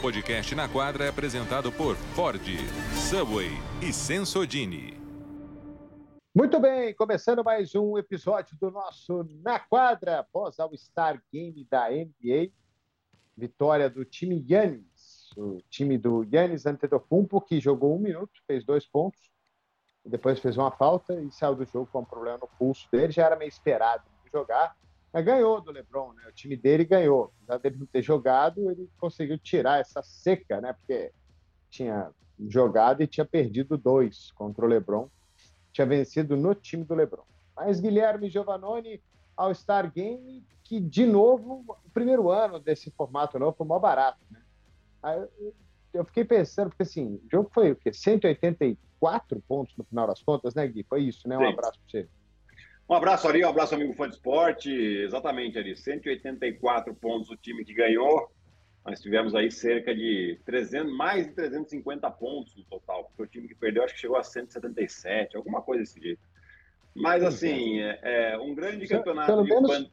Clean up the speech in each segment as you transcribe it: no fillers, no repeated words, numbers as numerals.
podcast Na Quadra é apresentado por Ford, Subway e Sensodini. Muito bem, começando mais um episódio do nosso Na Quadra, após All-Star Game da NBA. Vitória do time Giannis, o time do Giannis Antetokounmpo, que jogou 1 minuto, fez 2 pontos, e depois fez uma falta e saiu do jogo com um problema no pulso dele. Já era meio esperado de jogar, mas ganhou do LeBron, né? O time dele ganhou. Apesar dele não ter jogado, ele conseguiu tirar essa seca, né? Porque tinha jogado e tinha perdido 2 contra o LeBron. Tinha vencido no time do LeBron. Mas Guilherme Giovannoni, All-Star Game, que, de novo, o primeiro ano desse formato novo foi mó barato, né? Aí eu fiquei pensando, porque assim, o jogo foi o quê? 184 pontos no final das contas, né, Gui? Foi isso, né? Um abraço para você. Um abraço, Ari, um abraço, amigo fã de esporte. Exatamente, Ari, 184 pontos o time que ganhou. Nós tivemos aí cerca de mais de 350 pontos no total, porque o time que perdeu acho que chegou a 177, alguma coisa desse jeito. Mas, assim, é um grande campeonato pelo de... menos,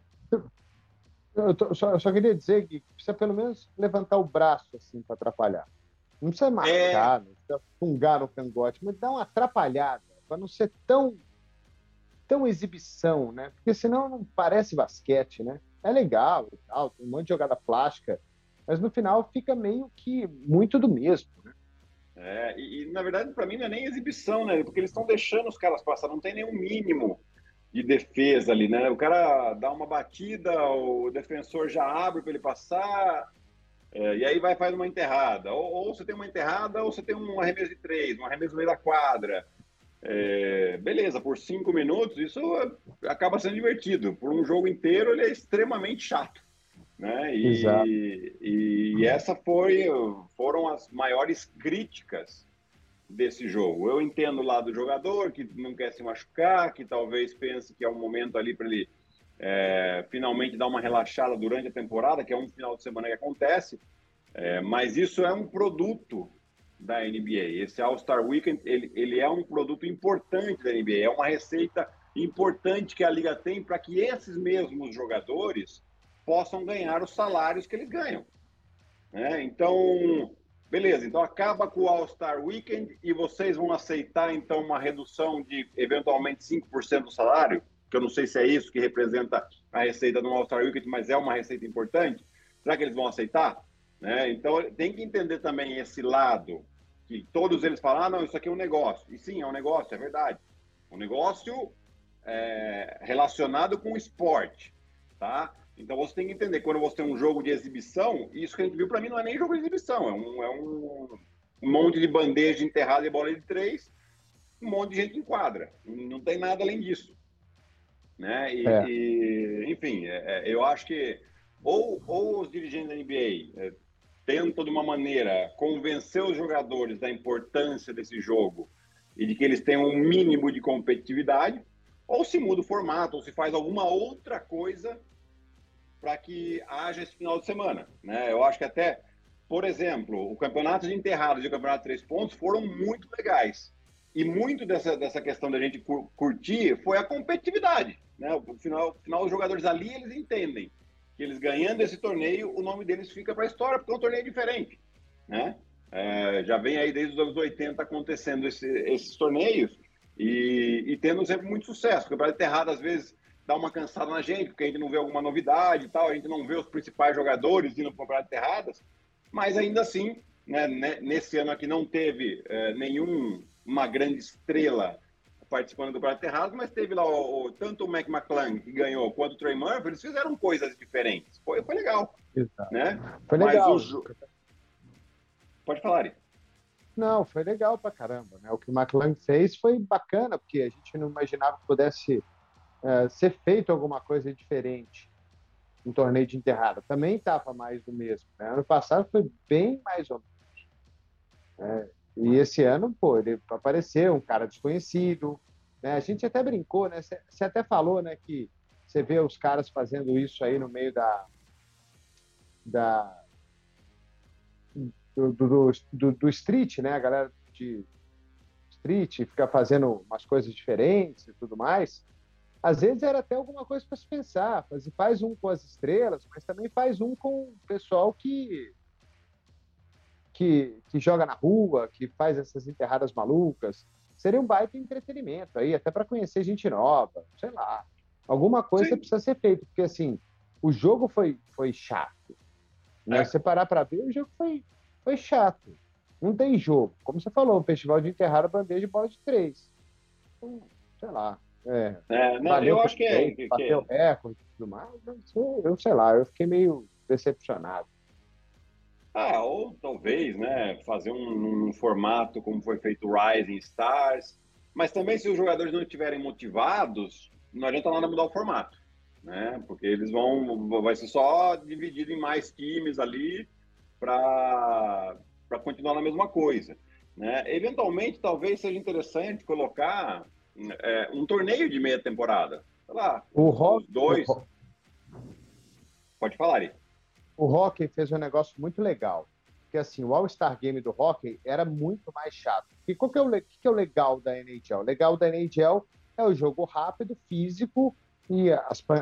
eu só queria dizer que precisa pelo menos levantar o braço assim para atrapalhar. Não precisa marcar, não precisa fungar no cangote, mas dá uma atrapalhada, para não ser tão exibição, né? Porque senão não parece basquete, né? É legal e tal, tem um monte de jogada plástica, mas no final fica meio que muito do mesmo, né? Na verdade, para mim não é nem exibição, né? Porque eles estão deixando os caras passar, não tem nenhum mínimo de defesa ali, né? O cara dá uma batida, o defensor já abre para ele passar, e aí faz uma enterrada. Ou você tem uma enterrada, ou você tem um arremesso de 3, um arremesso no meio da quadra. Beleza, por 5 minutos, isso acaba sendo divertido. Por um jogo inteiro, ele é extremamente chato, né? E essa foram as maiores críticas desse jogo. Eu entendo o lado do jogador, que não quer se machucar, que talvez pense que é um momento ali para ele finalmente dar uma relaxada durante a temporada, que é um final de semana que acontece, mas isso é um produto da NBA. Esse All-Star Weekend, ele é um produto importante da NBA, é uma receita importante que a Liga tem para que esses mesmos jogadores possam ganhar os salários que eles ganham, né? Então, beleza, então acaba com o All-Star Weekend e vocês vão aceitar, então, uma redução de, eventualmente, 5% do salário, que eu não sei se é isso que representa a receita do All-Star Weekend, mas é uma receita importante. Será que eles vão aceitar? Né? Então, tem que entender também esse lado, que todos eles falam, não, isso aqui é um negócio. E sim, é um negócio, é verdade. Um negócio relacionado com o esporte, tá? Então você tem que entender, quando você tem um jogo de exibição, isso que a gente viu, para mim, não é nem jogo de exibição, é um monte de bandeja enterrada e bola de 3, um monte de gente em quadra. Não tem nada além disso, né? Enfim, eu acho que ou os dirigentes da NBA tentam, de uma maneira, convencer os jogadores da importância desse jogo e de que eles tenham um mínimo de competitividade, ou se muda o formato, ou se faz alguma outra coisa para que haja esse final de semana, né? Eu acho que até, por exemplo, o campeonato de enterrados e o campeonato de 3 pontos foram muito legais. E muito dessa questão da gente curtir foi a competitividade, né? No final, os jogadores ali, eles entendem que eles ganhando esse torneio, o nome deles fica para a história, porque é um torneio diferente, né? Já vem aí desde os anos 80 acontecendo esses torneios e tendo sempre muito sucesso. O campeonato de enterrado, às vezes, dá uma cansada na gente, porque a gente não vê alguma novidade e tal, a gente não vê os principais jogadores indo para o campeonato de enterradas, mas ainda assim, né, nesse ano aqui não teve nenhuma grande estrela participando do campeonato de enterradas, mas teve lá tanto o Mac McClung, que ganhou, quanto o Trey Murphy, eles fizeram coisas diferentes. Foi legal. Exato. Né? Foi legal. Pode falar, Ari. Não, foi legal pra caramba, né? O que o McClung fez foi bacana, porque a gente não imaginava que pudesse ser feito alguma coisa diferente no torneio de enterrada. Também estava mais do mesmo, né? Ano passado foi bem mais ou menos. E esse ano, pô, ele apareceu, um cara desconhecido, né? A gente até brincou, né? Você até falou, né, que você vê os caras fazendo isso aí no meio do street, né? A galera de street fica fazendo umas coisas diferentes e tudo mais. Às vezes era até alguma coisa para se pensar. Faz um com as estrelas, mas também faz um com o pessoal que que joga na rua, que faz essas enterradas malucas. Seria um baita entretenimento aí, até para conhecer gente nova, sei lá. Alguma coisa Sim. precisa ser feita, porque assim, o jogo foi chato. Né? Você parar para ver, o jogo foi chato. Não tem jogo. Como você falou, o festival de enterrar a bandeja de bola de 3. Então, sei lá. Não, Valeu eu pelo acho que feito, bateu recorde e tudo mais. Eu sei lá, eu fiquei meio decepcionado. ou talvez, né, fazer um formato como foi feito o Rising Stars, mas também se os jogadores não estiverem motivados, não adianta nada mudar o formato, né, porque vai ser só dividido em mais times ali para continuar na mesma coisa, né. Eventualmente, talvez seja interessante colocar um torneio de meia temporada, sei lá, O os Rock, dois, pode falar aí. o Hockey fez um negócio muito legal. Porque assim, o All-Star Game do Hockey era muito mais chato. E qual que é que é o legal da NHL? O legal da NHL é o jogo rápido, físico e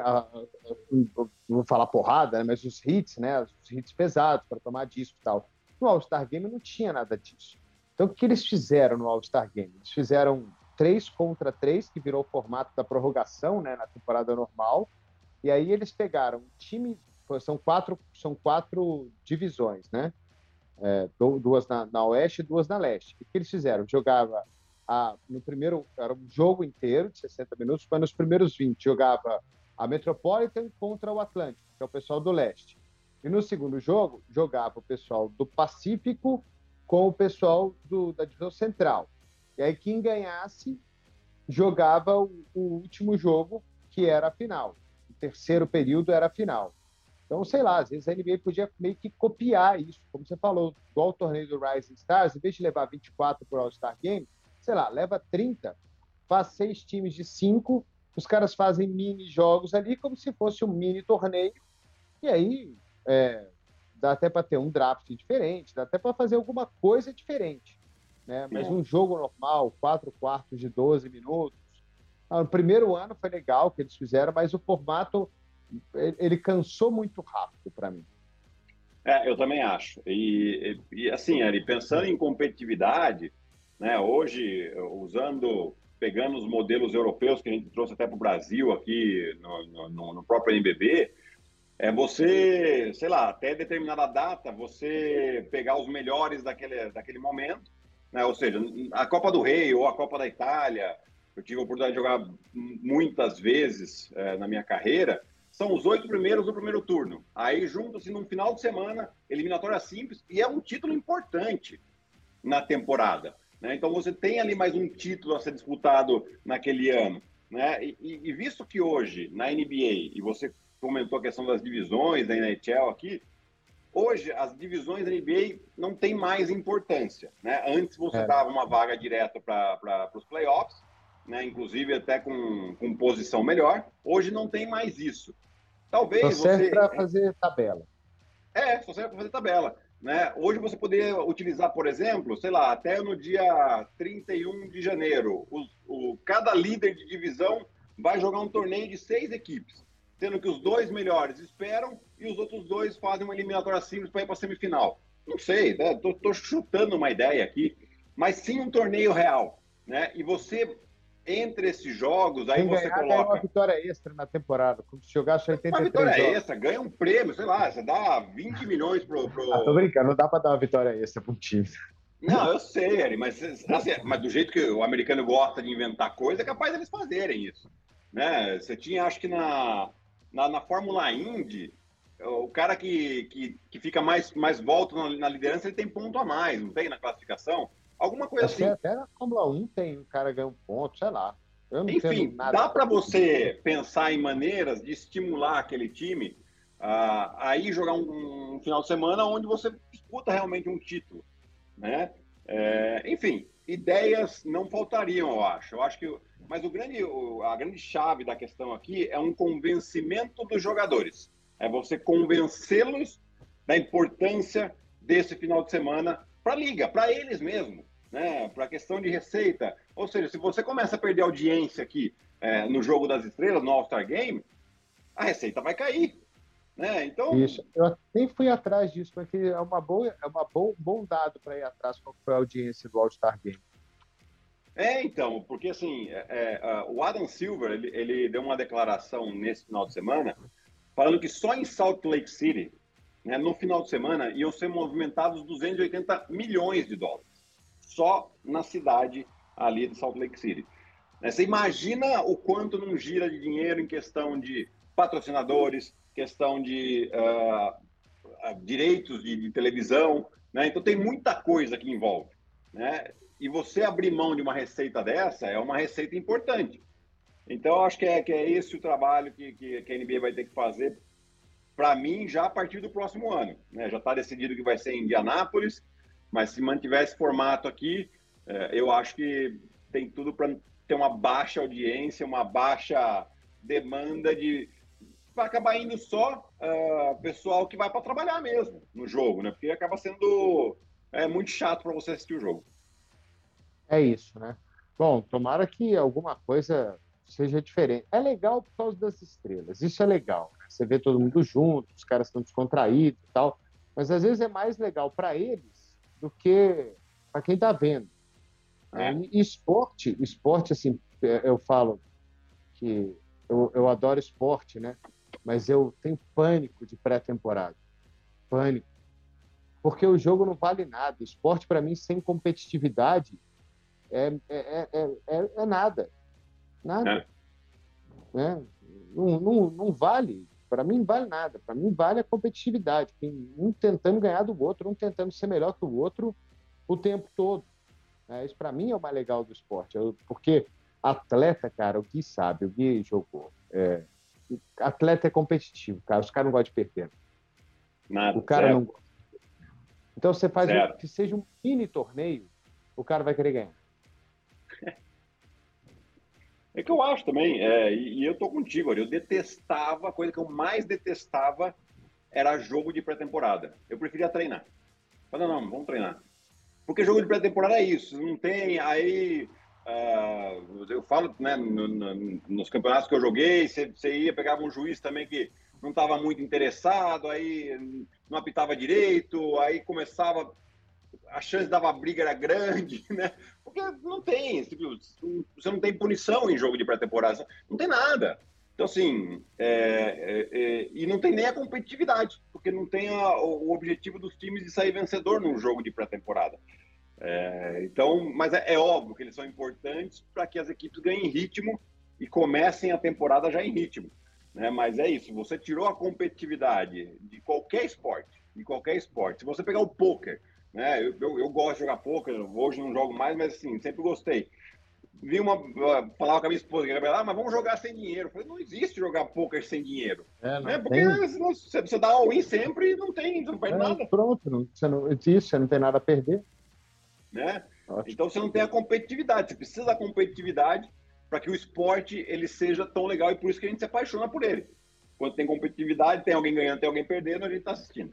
não vou falar porrada, né? Mas os hits, né? Os hits pesados para tomar disco e tal. No All-Star Game não tinha nada disso. Então o que eles fizeram no All-Star Game? Eles fizeram 3 contra 3, que virou o formato da prorrogação, né? Na temporada normal. E aí eles pegaram um time, são quatro divisões, né? Duas na Oeste e duas na Leste. O que eles fizeram? Jogava no primeiro, era um jogo inteiro de 60 minutos, mas nos primeiros 20 jogava a Metropolitan contra o Atlântico, que é o pessoal do Leste. E no segundo jogo, jogava o pessoal do Pacífico com o pessoal da divisão Central. E aí quem ganhasse jogava o último jogo, que era a final. O terceiro período era a final. Então, sei lá, às vezes a NBA podia meio que copiar isso, como você falou, igual o torneio do Rising Stars, em vez de levar 24 para o All-Star Game, sei lá, leva 30, faz 6 times de 5, os caras fazem mini jogos ali como se fosse um mini torneio, e aí dá até para ter um draft diferente, dá até para fazer alguma coisa diferente. Né? Mas um jogo normal, 4 quartos de 12 minutos, no primeiro ano foi legal que eles fizeram, mas o formato ele cansou muito rápido para mim. Eu também acho. E assim, Ari, pensando em competitividade, né, hoje, pegando os modelos europeus que a gente trouxe até para o Brasil aqui no próprio NBB, você, sei lá, até determinada data, você pegar os melhores daquele momento, né, ou seja, a Copa do Rei ou a Copa da Itália, eu tive a oportunidade de jogar muitas vezes na minha carreira, são os 8 primeiros do primeiro turno. Aí juntam-se num final de semana, eliminatória simples, e é um título importante na temporada. Né? Então você tem ali mais um título a ser disputado naquele ano. Né? E visto que hoje, na NBA, e você comentou a questão das divisões da NHL aqui, hoje as divisões da NBA não têm mais importância. Né? Antes você dava uma vaga direta para os playoffs, né? Inclusive até com posição melhor. Hoje não tem mais isso. Talvez só serve para fazer tabela. Só serve para fazer tabela. Né? Hoje você poderia utilizar, por exemplo, sei lá, até no dia 31 de janeiro, cada líder de divisão vai jogar um torneio de 6 equipes, sendo que os 2 melhores esperam e os outros 2 fazem uma eliminatória simples para ir para a semifinal. Não sei, né? Tô chutando uma ideia aqui, mas sim um torneio real. Né? E você, entre esses jogos, aí você coloca... Ganha uma vitória extra na temporada. Como se jogasse 83 uma vitória jogos. extra, ganha um prêmio, sei lá, você dá 20 milhões pro... Tô brincando, não dá para dar uma vitória extra para um time. Não, eu sei, Ari, mas, assim, mas do jeito que o americano gosta de inventar coisa, é capaz deles fazerem isso. Né? Você tinha, acho que na Fórmula Indy, o cara que fica mais volta na liderança, ele tem ponto a mais, não tem na classificação? Alguma coisa acho assim. Que até na Fórmula 1 tem, o cara ganha um ponto, sei lá. Eu não Enfim, nada. dá para você pensar em maneiras de estimular aquele time a ir jogar um final de semana onde você disputa realmente um título. Né? Enfim, ideias não faltariam, eu acho. Mas a grande chave da questão aqui é um convencimento dos jogadores. É você convencê-los da importância desse final de semana para a liga, para eles mesmos, né? Para a questão de receita. Ou seja, se você começa a perder audiência aqui no Jogo das Estrelas, no All-Star Game, a receita vai cair. né? Então, Isso. Eu nem fui atrás disso, porque bom dado para ir atrás qual foi a audiência do All-Star Game. então, porque assim, o Adam Silver, ele deu uma declaração nesse final de semana, falando que só em Salt Lake City, né, no final de semana, iam ser movimentados 280 milhões de dólares, só na cidade ali de Salt Lake City. Né, você imagina o quanto não gira de dinheiro em questão de patrocinadores, questão de direitos de televisão, né? Então tem muita coisa que envolve, né? E você abrir mão de uma receita dessa é uma receita importante. Então, eu acho que é esse o trabalho que a NBA vai ter que fazer, para mim, já a partir do próximo ano. Né? Já está decidido que vai ser em Indianápolis, mas se mantiver esse formato aqui, eu acho que tem tudo para ter uma baixa audiência, uma baixa demanda vai acabar indo só pessoal que vai para trabalhar mesmo no jogo, né? Porque acaba sendo muito chato para você assistir o jogo. É isso, né? Bom, tomara que alguma coisa seja diferente. É legal por causa das estrelas, isso é legal, né? Você vê todo mundo junto, os caras estão descontraídos e tal, mas às vezes é mais legal para eles do que para quem está vendo. E esporte, assim, eu falo que eu adoro esporte, né? Mas eu tenho pânico de pré-temporada. Pânico. Porque o jogo não vale nada. Esporte, para mim, sem competitividade, é nada. Nada. Né? Não vale. Para mim, não vale nada. Para mim, vale a competitividade. Um tentando ganhar do outro, um tentando ser melhor que o outro o tempo todo. Isso, para mim, é o mais legal do esporte. Porque atleta, cara, o Gui sabe, o Gui jogou. Atleta é competitivo, cara. Os caras não gostam de perder. Nada, O cara não gosta. Então, você faz que seja um mini torneio, o cara vai querer ganhar. É que eu acho também, e eu tô contigo, eu detestava, a coisa que eu mais detestava era jogo de pré-temporada. Eu preferia treinar. Mas não, vamos treinar. Porque jogo de pré-temporada é isso, não tem, aí eu falo, né, nos campeonatos que eu joguei, você ia, pegava um juiz também que não estava muito interessado, aí não apitava direito, aí começava, a chance dava briga era grande, né? Porque não tem, você não tem punição em jogo de pré-temporada, não tem nada. Então, assim, e não tem nem a competitividade, porque não tem o objetivo dos times de sair vencedor num jogo de pré-temporada. Então, mas é óbvio que eles são importantes para que as equipes ganhem ritmo e comecem a temporada já em ritmo. Né? Mas é isso, você tirou a competitividade de qualquer esporte, Se você pegar o pôquer, né? Eu gosto de jogar pôquer, hoje não jogo mais, mas assim, sempre gostei. Falava com a minha esposa, mas vamos jogar sem dinheiro. Eu falei, não existe jogar pôquer sem dinheiro. Né? Porque você dá all-in sempre e não perde nada. Pronto, você não tem nada a perder. Né? Então você não tem a competitividade, você precisa da competitividade para que o esporte ele seja tão legal, e por isso que a gente se apaixona por ele. Quando tem competitividade, tem alguém ganhando, tem alguém perdendo, a gente está assistindo.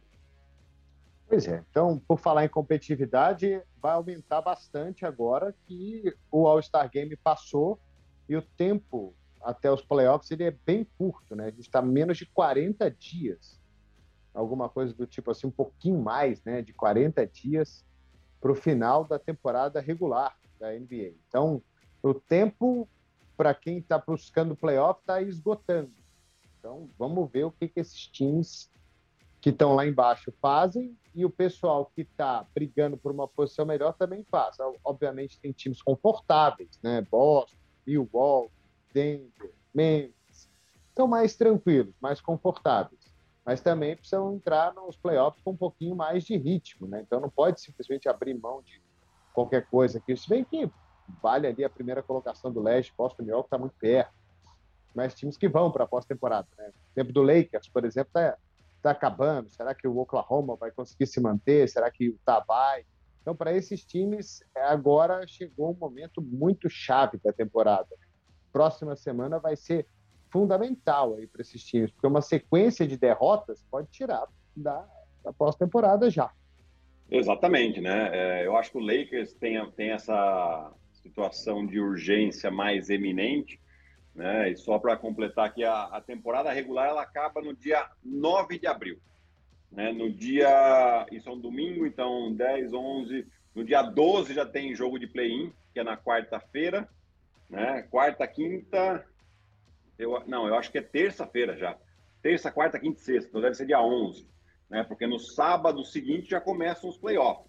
Pois é, então, por falar em competitividade, vai aumentar bastante agora que o All-Star Game passou e o tempo até os playoffs ele é bem curto, né? A gente está menos de 40 dias, alguma coisa do tipo assim, um pouquinho mais, né? De 40 dias para o final da temporada regular da NBA. Então, o tempo para quem está buscando o playoff está esgotando. Então, vamos ver o que esses times que estão lá embaixo fazem e o pessoal que está brigando por uma posição melhor também faz. Obviamente, tem times confortáveis, né? Boston, Milwaukee, Denver, Memphis. Estão mais tranquilos, mais confortáveis. Mas também precisam entrar nos playoffs com um pouquinho mais de ritmo, né? Então não pode simplesmente abrir mão de qualquer coisa aqui. Se bem que vale ali a primeira colocação do leste, Boston e Milwaukee está muito perto. Mas times que vão para a pós-temporada, né? O tempo do Lakers, por exemplo, está acabando. Será que o Oklahoma vai conseguir se manter? Será que o Utah vai? Então, para esses times, agora chegou um momento muito chave da temporada. Próxima semana vai ser fundamental aí para esses times, porque uma sequência de derrotas pode tirar da pós-temporada já. Exatamente, né? Eu acho que o Lakers tem essa situação de urgência mais eminente, né? E só para completar aqui, a temporada regular ela acaba no dia 9 de abril. Né? No dia... Isso é um domingo, então 10, 11... No dia 12 já tem jogo de play-in, que é na quarta-feira. Né? Quarta, quinta... eu acho que é terça-feira já. Terça, quarta, quinta e sexta. Então deve ser dia 11. Né? Porque no sábado seguinte já começam os playoffs.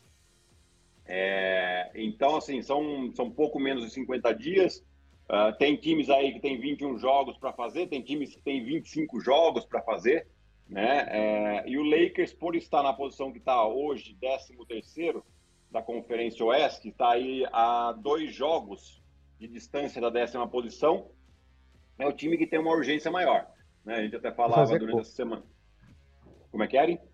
Então, assim, são pouco menos de 50 dias. Tem times aí que tem 21 jogos para fazer, tem times que tem 25 jogos para fazer, né? E o Lakers, por estar na posição que está hoje, 13º da Conferência Oeste, está aí a 2 jogos de distância da 10ª posição, é o time que tem uma urgência maior. Né? A gente até falava durante essa semana. Como é que era?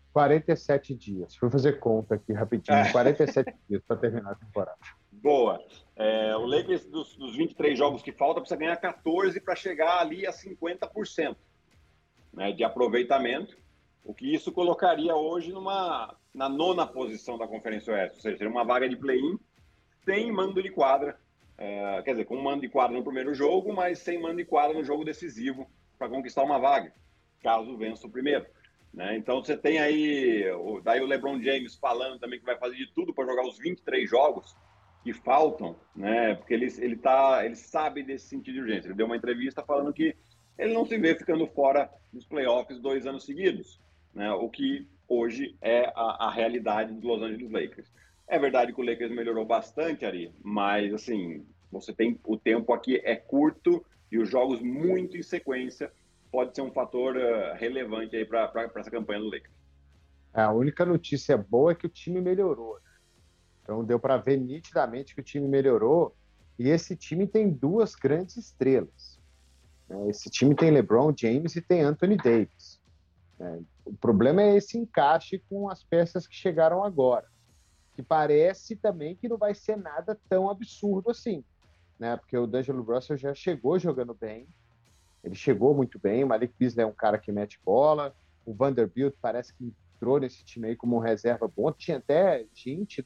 47 dias. Fui fazer conta aqui rapidinho. 47 dias para terminar a temporada. Boa. O Lakers, dos 23 jogos que faltam, precisa ganhar 14 para chegar ali a 50%, né, de aproveitamento, o que isso colocaria hoje na 9ª posição da Conferência Oeste, ou seja, seria uma vaga de play-in sem mando de quadra, quer dizer, com mando de quadra no primeiro jogo, mas sem mando de quadra no jogo decisivo para conquistar uma vaga, caso vença o primeiro. Né? Então você tem aí, daí o LeBron James falando também que vai fazer de tudo para jogar os 23 jogos que faltam, né? Porque ele sabe desse sentido de urgência. Ele deu uma entrevista falando que ele não se vê ficando fora dos playoffs 2 anos seguidos, né? O que hoje é a realidade dos Los Angeles Lakers. É verdade que o Lakers melhorou bastante, Ari, mas assim, você tem o tempo aqui é curto e os jogos muito em sequência pode ser um fator relevante aí para essa campanha do Lakers. A única notícia boa é que o time melhorou. Né? Então deu para ver nitidamente que o time melhorou e esse time tem 2 grandes estrelas. Né? Esse time tem LeBron James e tem Anthony Davis. Né? O problema é esse encaixe com as peças que chegaram agora, que parece também que não vai ser nada tão absurdo assim, né? Porque o D'Angelo Russell já chegou jogando bem. Ele chegou muito bem, o Malik Beasley é um cara que mete bola, o Vanderbilt parece que entrou nesse time aí como um reserva bom, tinha até gente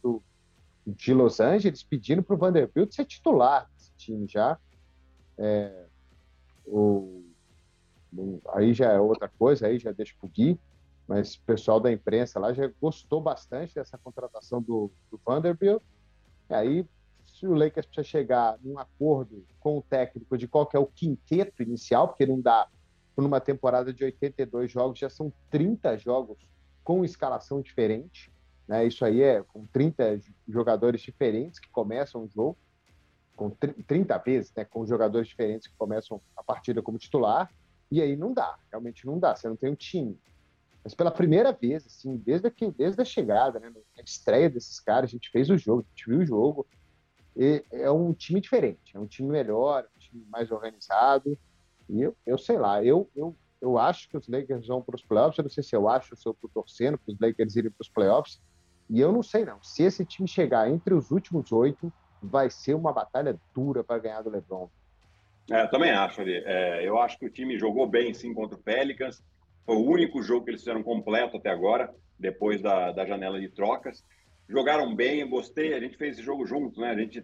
de Los Angeles pedindo para o Vanderbilt ser titular desse time já. Aí já é outra coisa, aí já deixa pro Gui, mas o pessoal da imprensa lá já gostou bastante dessa contratação do Vanderbilt, e aí se o Lakers precisa chegar num acordo com o técnico de qual que é o quinteto inicial, porque não dá, numa temporada de 82 jogos, já são 30 jogos com escalação diferente, né? Isso aí é com 30 jogadores diferentes que começam o jogo, com 30 vezes, né? Com jogadores diferentes que começam a partida como titular, e aí não dá, realmente não dá, você não tem um time. Mas pela primeira vez, assim, desde a chegada, né? Na estreia desses caras, a gente fez o jogo, a gente viu o jogo, é um time diferente, é um time melhor, um time mais organizado. E eu sei lá, eu acho que os Lakers vão para os playoffs. Eu não sei se eu acho, se eu estou torcendo para os Lakers irem para os playoffs. E eu não sei, não. Se esse time chegar entre os últimos 8, vai ser uma batalha dura para ganhar do LeBron. Eu também acho, Ali. Eu acho que o time jogou bem, sim, contra o Pelicans. Foi o único jogo que eles fizeram completo até agora, depois da janela de trocas. Jogaram bem, eu gostei, a gente fez esse jogo juntos, né? A gente,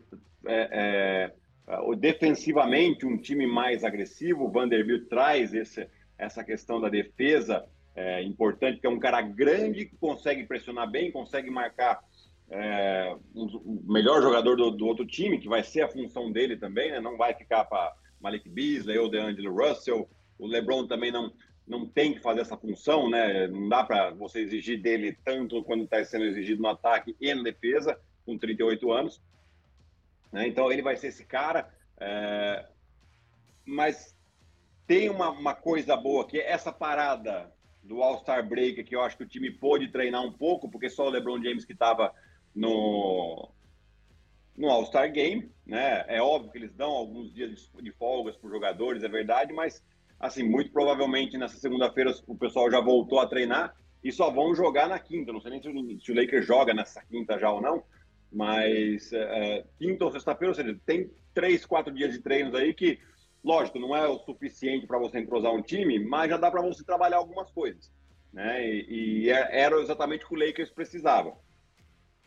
defensivamente, um time mais agressivo, o Vanderbilt traz essa questão da defesa importante, porque é um cara grande que consegue pressionar bem, consegue marcar o melhor jogador do outro time, que vai ser a função dele também, né? Não vai ficar para Malik Beasley ou DeAngelo Russell. O LeBron também não tem que fazer essa função, né? Não dá para você exigir dele tanto quando está sendo exigido no ataque e na defesa, com 38 anos. Né? Então, ele vai ser esse cara. Mas tem uma coisa boa, que é essa parada do All-Star Break, que eu acho que o time pôde treinar um pouco, porque só o LeBron James que estava no All-Star Game, né? É óbvio que eles dão alguns dias de folgas para os jogadores, é verdade, mas assim, muito provavelmente nessa segunda-feira o pessoal já voltou a treinar e só vão jogar na quinta. Não sei nem se o Lakers joga nessa quinta já ou não, mas quinta ou sexta-feira, ou seja, tem 3, 4 dias de treinos aí que, lógico, não é o suficiente para você entrosar um time, mas já dá para você trabalhar algumas coisas, né? E era exatamente o que o Lakers precisava.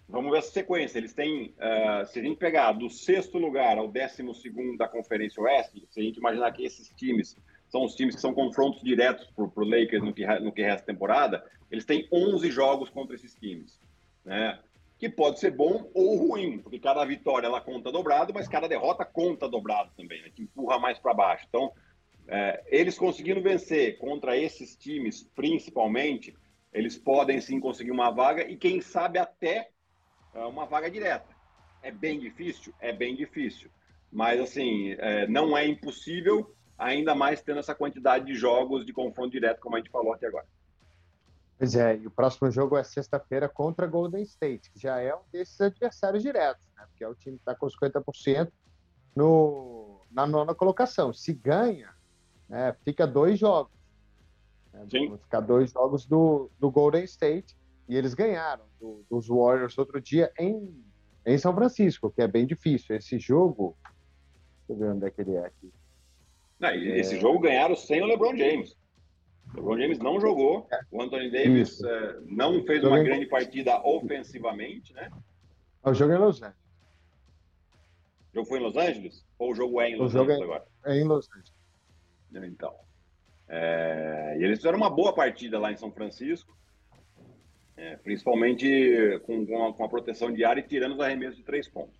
Vamos ver essa sequência. Eles têm, se a gente pegar do 6º lugar ao 12º da Conferência Oeste, se a gente imaginar que esses times são os times que são confrontos diretos para o Lakers no que resta da temporada, eles têm 11 jogos contra esses times, né? Que pode ser bom ou ruim, porque cada vitória ela conta dobrado, mas cada derrota conta dobrado também, né? Que empurra mais para baixo. Então, eles conseguindo vencer contra esses times, principalmente, eles podem sim conseguir uma vaga e quem sabe até uma vaga direta. É bem difícil? É bem difícil. Mas, assim, não é impossível, ainda mais tendo essa quantidade de jogos de confronto direto, como a gente falou até agora. Pois é, e o próximo jogo é sexta-feira contra Golden State, que já é um desses adversários diretos, né? Porque é o time que está com 50% na 9ª colocação. Se ganha, né, fica 2 jogos. Né? Vão ficar 2 jogos do Golden State. E eles ganharam dos Warriors outro dia em São Francisco, que é bem difícil. Esse jogo, deixa eu ver onde é que ele é aqui. Esse jogo ganharam sem o LeBron James. O LeBron James não jogou, o Anthony Davis não fez uma grande partida ofensivamente, né? O jogo é em Los Angeles. O jogo foi em Los Angeles? Ou o jogo é em Los Angeles agora? É em Los Angeles. Então. E eles fizeram uma boa partida lá em São Francisco. Principalmente com a proteção de área e tirando os arremessos de 3 pontos.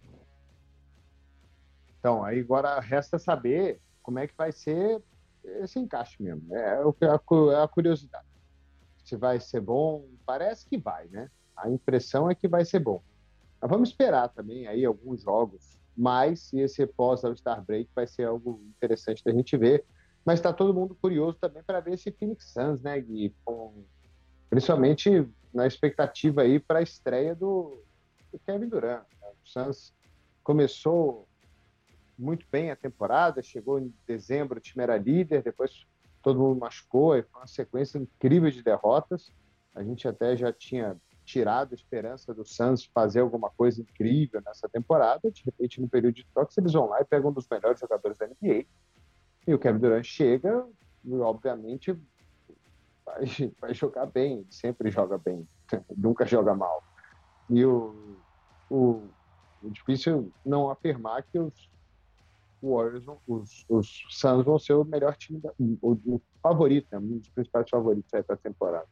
Então, aí agora resta saber como é que vai ser esse encaixe mesmo. É a curiosidade. Se vai ser bom, parece que vai, né? A impressão é que vai ser bom. Mas vamos esperar também aí alguns jogos mais, e esse pós-All-Star Break vai ser algo interessante da gente ver. Mas está todo mundo curioso também para ver esse Phoenix Suns, né, Gui? Principalmente na expectativa aí para a estreia do Kevin Durant. O Suns começou muito bem a temporada, chegou em dezembro, o time era líder, depois todo mundo machucou, e foi uma sequência incrível de derrotas. A gente até já tinha tirado a esperança do Suns fazer alguma coisa incrível nessa temporada. De repente, no período de troca, eles vão lá e pegam um dos melhores jogadores da NBA. E o Kevin Durant chega e, obviamente, vai jogar bem, ele sempre joga bem, nunca joga mal. E o difícil não afirmar que os Warriors, os Suns vão ser o melhor time, o favorito, né? Um dos principais favoritos para a temporada.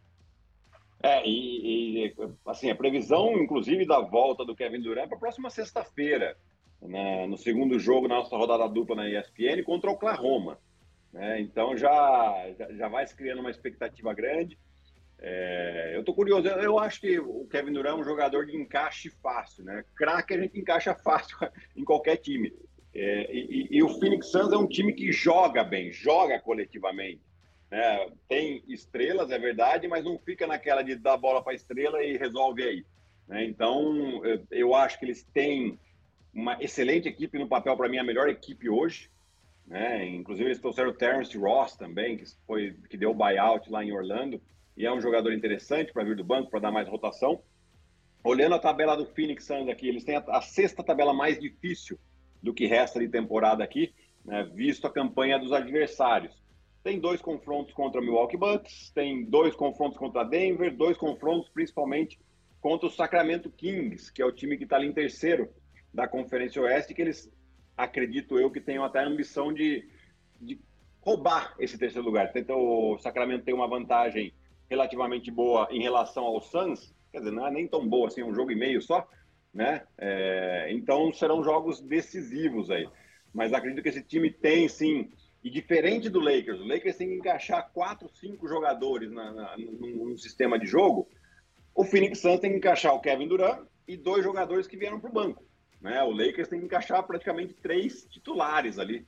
Assim, a previsão, inclusive, da volta do Kevin Durant para a próxima sexta-feira, no segundo jogo, na nossa rodada dupla na ESPN, contra o Oklahoma. Então já vai se criando uma expectativa grande. Eu tô curioso, eu acho que o Kevin Durant é um jogador de encaixe fácil, né? Craque a gente encaixa fácil em qualquer time. E o Phoenix Suns é um time que joga bem, joga coletivamente, né? Tem estrelas, é verdade, mas não fica naquela de dar a bola para a estrela e resolve aí, né? Então eu acho que eles têm uma excelente equipe no papel, para mim a melhor equipe hoje, né? Inclusive eles trouxeram o Terrence Ross também, que deu buyout lá em Orlando, e é um jogador interessante para vir do banco, para dar mais rotação. Olhando a tabela do Phoenix Suns aqui, eles têm a 6ª tabela mais difícil do que resta de temporada aqui, né? Visto a campanha dos adversários. Tem 2 confrontos contra o Milwaukee Bucks, tem 2 confrontos contra Denver, 2 confrontos principalmente contra o Sacramento Kings, que é o time que está ali em terceiro da Conferência Oeste, que eles, acredito eu, que tenham até a ambição de roubar esse terceiro lugar. Então, o Sacramento tem uma vantagem relativamente boa em relação ao Suns, quer dizer, não é nem tão boa assim, 1 jogo e meio só, né? Então, serão jogos decisivos aí. Mas acredito que esse time tem, sim, e diferente do Lakers, o Lakers tem que encaixar 4, 5 jogadores num sistema de jogo, o Phoenix Suns tem que encaixar o Kevin Durant e 2 jogadores que vieram para o banco, né? O Lakers tem que encaixar praticamente 3 titulares ali,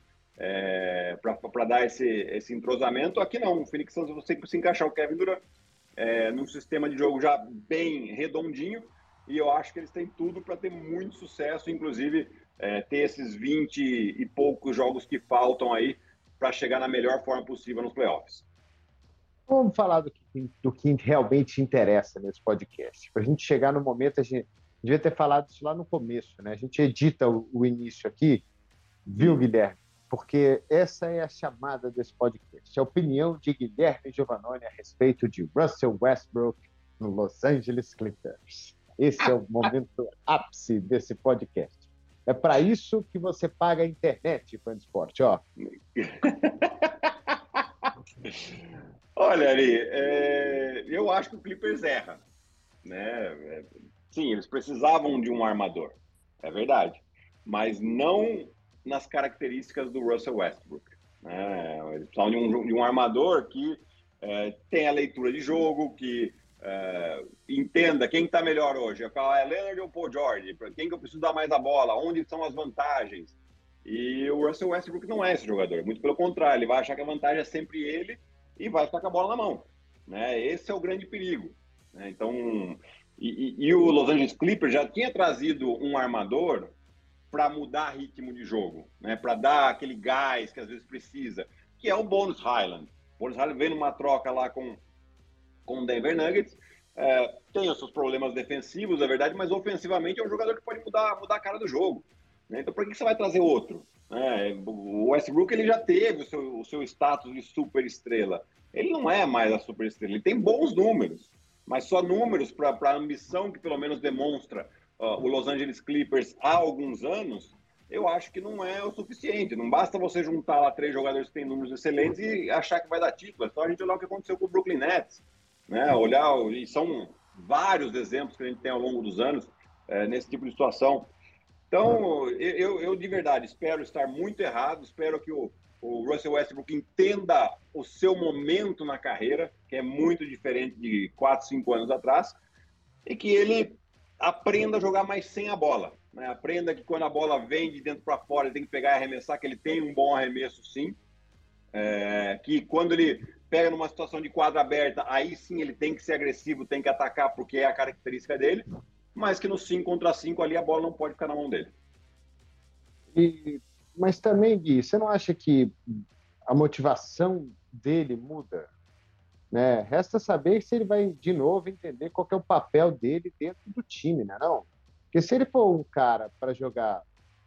para dar esse entrosamento. Aqui não, o Phoenix Suns você precisa encaixar o Kevin Durant num sistema de jogo já bem redondinho, e eu acho que eles têm tudo para ter muito sucesso, inclusive ter esses 20 e poucos jogos que faltam aí para chegar na melhor forma possível nos playoffs. Vamos falar do que realmente interessa nesse podcast. Para a gente chegar no momento, a gente devia ter falado isso lá no começo, né? A gente edita o início aqui, viu, Guilherme? Porque essa é a chamada desse podcast. A opinião de Guilherme Giovannone a respeito de Russell Westbrook no Los Angeles Clippers. Esse é o momento ápice desse podcast. É para isso que você paga a internet, Fã de Esporte, ó. Olha, Ari, eu acho que o Clippers erra, né? Sim, eles precisavam de um armador, é verdade, mas não nas características do Russell Westbrook, né? Eles precisavam de um armador que tenha a leitura de jogo, que entenda quem está melhor hoje, é o Kawhi Leonard ou o Paul George, para quem que eu preciso dar mais a bola, onde são as vantagens. E o Russell Westbrook não é esse jogador, muito pelo contrário, ele vai achar que a vantagem é sempre ele e vai ficar com a bola na mão, né? Esse é o grande perigo, né? Então, e o Los Angeles Clippers já tinha trazido um armador para mudar ritmo de jogo, né? Para dar aquele gás que às vezes precisa, que é o Bones Hyland. O Bones Hyland vem numa troca lá com o Denver Nuggets, tem os seus problemas defensivos, é verdade, mas ofensivamente é um jogador que pode mudar a cara do jogo, né? Então, por que você vai trazer outro? O Westbrook ele já teve o seu status de super estrela. Ele não é mais a super estrela. Ele tem bons números, mas só números para a ambição que pelo menos demonstra o Los Angeles Clippers há alguns anos. Eu acho que não é o suficiente. Não basta você juntar lá 3 jogadores que têm números excelentes e achar que vai dar título. É só a gente olhar o que aconteceu com o Brooklyn Nets, né? E são vários exemplos que a gente tem ao longo dos anos nesse tipo de situação. Então, eu de verdade espero estar muito errado, espero que o Russell Westbrook entenda o seu momento na carreira, que é muito diferente de 4, 5 anos atrás, e que ele aprenda a jogar mais sem a bola, né? Aprenda que quando a bola vem de dentro para fora, ele tem que pegar e arremessar, que ele tem um bom arremesso sim, que quando ele pega numa situação de quadra aberta, aí sim ele tem que ser agressivo, tem que atacar, porque é a característica dele, mas que no 5 contra 5 ali a bola não pode ficar na mão dele. Mas também, Gui, você não acha que a motivação dele muda, né? Resta saber se ele vai, de novo, entender qual que é o papel dele dentro do time, né? Não? Porque se ele for um cara para jogar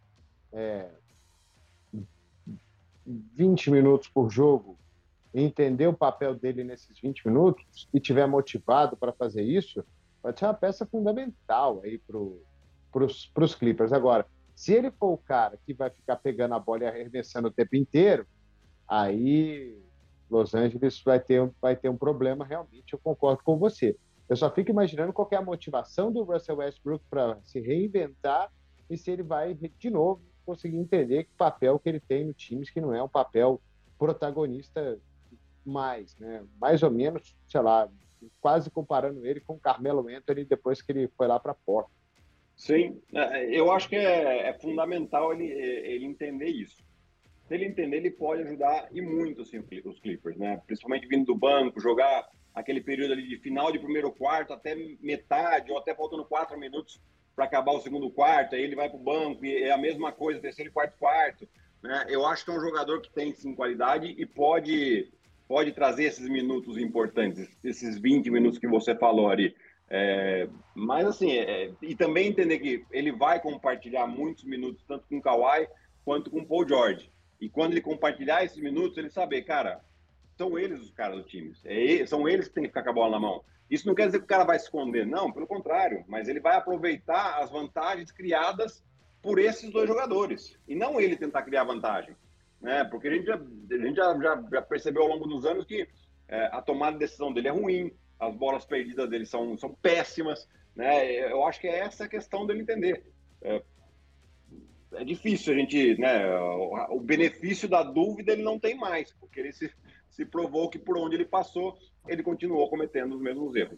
20 minutos por jogo, entender o papel dele nesses 20 minutos e tiver motivado para fazer isso, pode ser uma peça fundamental aí para os Clippers. Agora, se ele for o cara que vai ficar pegando a bola e arremessando o tempo inteiro, aí Los Angeles vai ter um problema realmente, eu concordo com você. Eu só fico imaginando qual é a motivação do Russell Westbrook para se reinventar e se ele vai, de novo, conseguir entender que o papel que ele tem no time, que não é um papel protagonista mais, né? Mais ou menos, sei lá, quase comparando ele com o Carmelo Anthony depois que ele foi lá para Portland. Sim, eu acho que é fundamental ele entender isso. Se ele entender, ele pode ajudar e muito assim, os Clippers, né? Principalmente vindo do banco, jogar aquele período ali de final de primeiro quarto até metade, ou até faltando 4 minutos para acabar o segundo quarto, aí ele vai para o banco e é a mesma coisa, terceiro e quarto, né? Eu acho que é um jogador que tem sim qualidade e pode trazer esses minutos importantes, esses 20 minutos que você falou ali. Mas assim, e também entender que ele vai compartilhar muitos minutos, tanto com o Kawhi quanto com o Paul George. E quando ele compartilhar esses minutos, ele saber, cara, são eles os caras do time. São eles que têm que ficar com a bola na mão. Isso não quer dizer que o cara vai se esconder, não, pelo contrário. Mas ele vai aproveitar as vantagens criadas por esses 2 jogadores. E não ele tentar criar vantagem, né? Porque a gente já percebeu ao longo dos anos que a tomada de decisão dele é ruim, as bolas perdidas dele são péssimas, né? Eu acho que é essa a questão dele entender. É difícil a gente, né? O benefício da dúvida ele não tem mais, porque ele se provou que por onde ele passou, ele continuou cometendo os mesmos erros.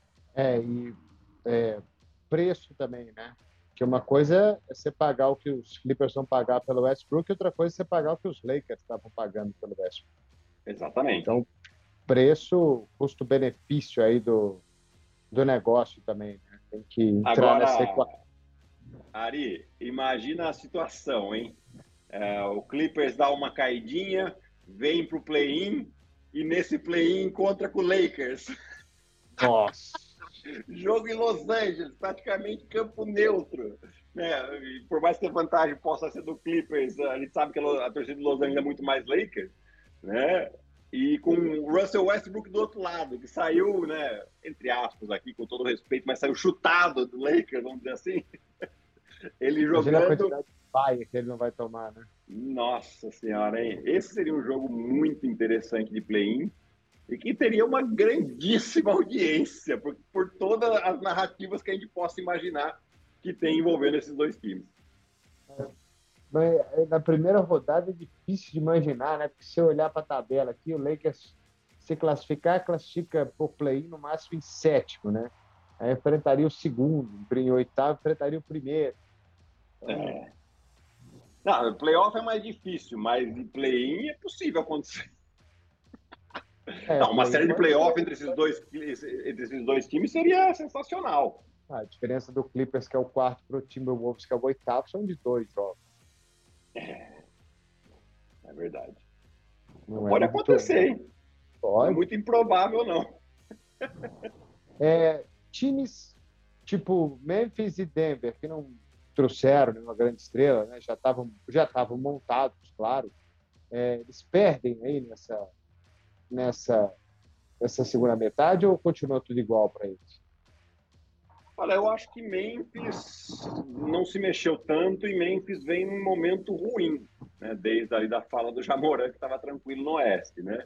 Preço também, né? Que uma coisa é você pagar o que os Clippers vão pagar pelo Westbrook, e outra coisa é você pagar o que os Lakers estavam pagando pelo Westbrook. Exatamente. Então, preço, custo-benefício aí do negócio também, né? Tem que entrar nessa equação. Ari, imagina a situação, hein? O Clippers dá uma caidinha, vem para o play-in e nesse play-in encontra com o Lakers. Nossa! Jogo em Los Angeles, praticamente campo neutro, né? E por mais que a vantagem possa ser do Clippers, a gente sabe que a torcida do Los Angeles é muito mais Lakers, né? e com o Russell Westbrook do outro lado, que saiu, né, entre aspas aqui, com todo respeito, mas saiu chutado do Lakers, vamos dizer assim. Ele Imagina a jogando. quantidade de baia que ele não vai tomar, né? Nossa Senhora, hein? Esse seria um jogo muito interessante de play-in e que teria uma grandíssima audiência por todas as narrativas que a gente possa imaginar que tem envolvendo esses dois times. Mas na primeira rodada é difícil de imaginar, né? Porque se eu olhar para a tabela aqui, o Lakers se classificar, classifica por play-in no máximo em sétimo, né? Aí enfrentaria o segundo, em oitavo enfrentaria o primeiro. É. Não, playoff é mais difícil, mas de play-in é possível acontecer. Não, uma série de playoff entre esses dois times seria sensacional. A diferença do Clippers, que é o quarto, para o Timberwolves, que é o oitavo, são de 2 jogos. É verdade. Não pode acontecer, hein? Pode. Não é muito improvável, não. Times tipo Memphis e Denver, que não trouxeram nenhuma grande estrela, né? Já estavam montados, claro. Eles perdem aí nessa segunda metade ou continua tudo igual para eles? Olha, eu acho que Memphis não se mexeu tanto e Memphis vem num momento ruim, né? Desde ali da fala do Ja Morant, que estava tranquilo no Oeste, né?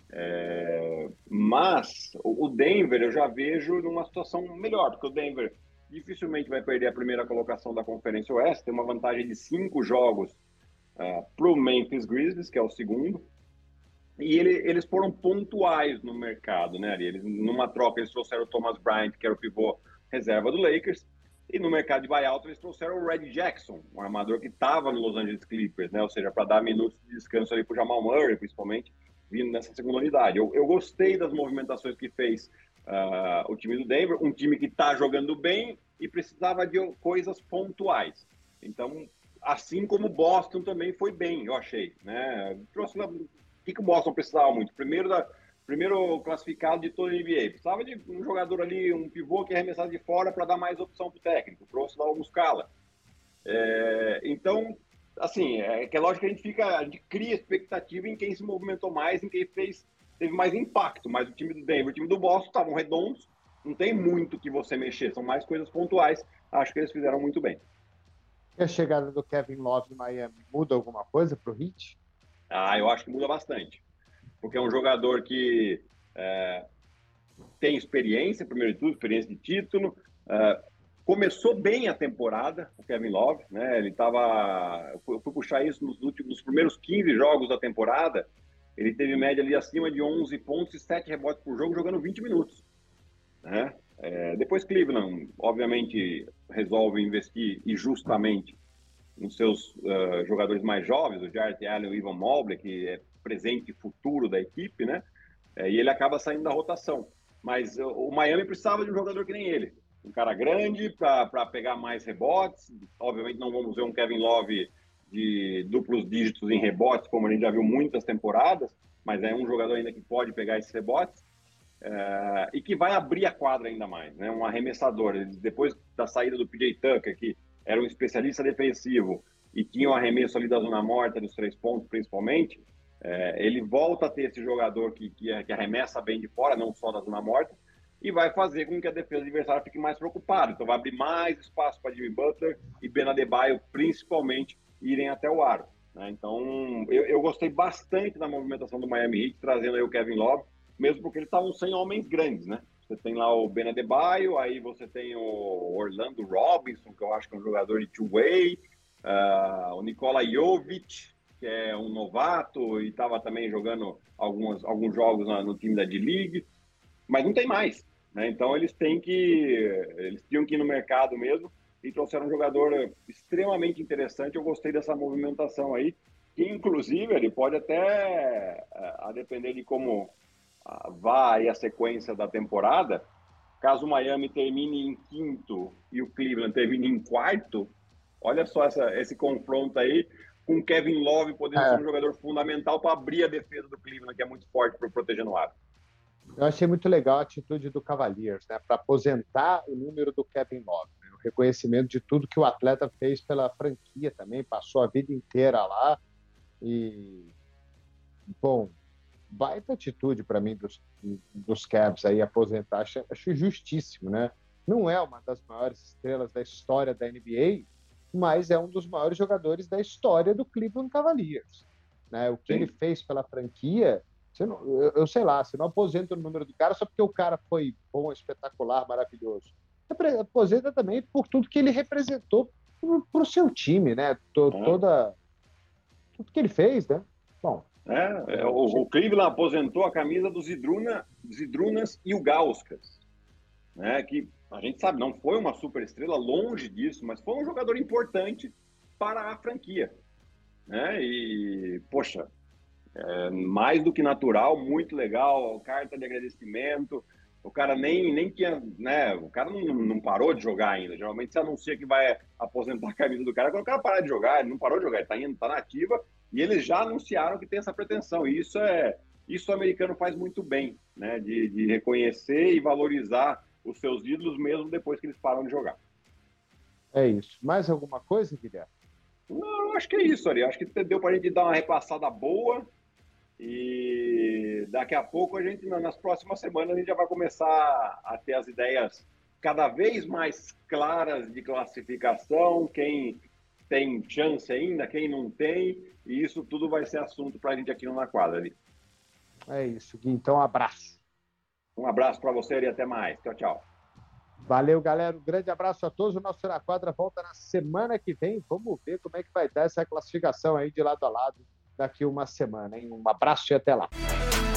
Mas o Denver eu já vejo numa situação melhor, porque o Denver dificilmente vai perder a primeira colocação da Conferência Oeste, tem uma vantagem de 5 jogos para o Memphis Grizzlies, que é o segundo, e eles foram pontuais no mercado, né? Eles, numa troca, eles trouxeram o Thomas Bryant, que era o pivô reserva do Lakers, e no mercado de buyout eles trouxeram o Red Jackson, um armador que estava no Los Angeles Clippers, né? Ou seja, para dar minutos de descanso ali para o Jamal Murray, principalmente, vindo nessa segunda unidade. Eu gostei das movimentações que fez o time do Denver, um time que está jogando bem e precisava de coisas pontuais. Então, assim como o Boston também foi bem, eu achei, né? Trouxe o que o Boston precisava muito? Primeiro classificado de toda a NBA. Precisava de um jogador ali, um pivô que arremessasse de fora para dar mais opção para o técnico. Trouxe lá o Muscala. Então, assim, que é lógico que a gente cria expectativa em quem se movimentou mais, em quem teve mais impacto. Mas o time do Denver, o time do Boston estavam redondos, não tem muito que você mexer, são mais coisas pontuais. Acho que eles fizeram muito bem. E a chegada do Kevin Love em Miami muda alguma coisa para o Heat? Eu acho que muda bastante. Porque é um jogador que tem experiência, primeiro de tudo, experiência de título. Começou bem a temporada, o Kevin Love, né? Ele estava. Eu fui puxar isso nos primeiros 15 jogos da temporada. Ele teve média ali acima de 11 pontos e 7 rebotes por jogo, jogando 20 minutos. Né? Depois, Cleveland, obviamente, resolve investir e justamente nos seus jogadores mais jovens, o Jarrett Allen e o Evan Mobley, que é presente e futuro da equipe, né? E ele acaba saindo da rotação. Mas o Miami precisava de um jogador que nem ele. Um cara grande para pegar mais rebotes. Obviamente não vamos ver um Kevin Love de duplos dígitos em rebotes, como a gente já viu muitas temporadas, mas é um jogador ainda que pode pegar esses rebotes e que vai abrir a quadra ainda mais, né? Um arremessador. Depois da saída do PJ Tucker, que era um especialista defensivo e tinha um arremesso ali da zona morta, dos 3 pontos principalmente, ele volta a ter esse jogador que arremessa bem de fora, não só da zona morta, e vai fazer com que a defesa adversária fique mais preocupada. Então vai abrir mais espaço para Jimmy Butler e Ben Adebayo, principalmente, irem até o aro. Né? Então eu gostei bastante da movimentação do Miami Heat, trazendo aí o Kevin Love, mesmo porque eles estavam sem homens grandes, né? Você tem lá o Ben Adebayo, aí você tem o Orlando Robinson, que eu acho que é um jogador de two-way, o Nikola Jovic, que é um novato e estava também jogando alguns jogos no time da D-League, mas não tem mais, né? Então eles tinham que ir no mercado mesmo e trouxeram um jogador extremamente interessante. Eu gostei dessa movimentação aí, que inclusive ele pode até, a depender de como vá aí a sequência da temporada, caso o Miami termine em quinto e o Cleveland termine em quarto, olha só esse confronto aí, com o Kevin Love podendo ser um jogador fundamental para abrir a defesa do Cleveland, que é muito forte para proteger no ar. Eu achei muito legal a atitude do Cavaliers, né, para aposentar o número do Kevin Love, né, o reconhecimento de tudo que o atleta fez pela franquia também, passou a vida inteira lá e, bom, baita atitude para mim dos Cavs aí aposentar. Acho justíssimo, né? Não é uma das maiores estrelas da história da NBA, mas é um dos maiores jogadores da história do Cleveland Cavaliers, né? O que ele fez pela franquia, eu sei lá, você não aposenta o número do cara só porque o cara foi bom, espetacular, maravilhoso. Aposenta também por tudo que ele representou para o seu time, né? Tudo que ele fez, né? Bom. O Cleveland aposentou a camisa dos Zydrunas e o Gauskas, né? Que a gente sabe, não foi uma super estrela, longe disso, mas foi um jogador importante para a franquia, né? E, poxa, mais do que natural, muito legal, carta de agradecimento. O cara nem tinha, né? O cara não parou de jogar ainda. Geralmente se anuncia que vai aposentar a camisa do cara quando o cara parar de jogar. Ele não parou de jogar, ele tá na ativa e eles já anunciaram que tem essa pretensão. E isso o americano faz muito bem, né? De reconhecer e valorizar os seus ídolos mesmo depois que eles param de jogar. É isso. Mais alguma coisa, Guilherme? Não, acho que é isso, Ari. Acho que deu para a gente dar uma repassada boa. E daqui a pouco nas próximas semanas, a gente já vai começar a ter as ideias cada vez mais claras de classificação, quem tem chance ainda, quem não tem, e isso tudo vai ser assunto para a gente aqui no Na Quadra. Ali. É isso, Gui. Então, um abraço. Um abraço para você e até mais. Tchau, tchau. Valeu, galera. Um grande abraço a todos. O nosso Na Quadra volta na semana que vem. Vamos ver como é que vai dar essa classificação aí de lado a lado daqui uma semana, hein? Um abraço e até lá.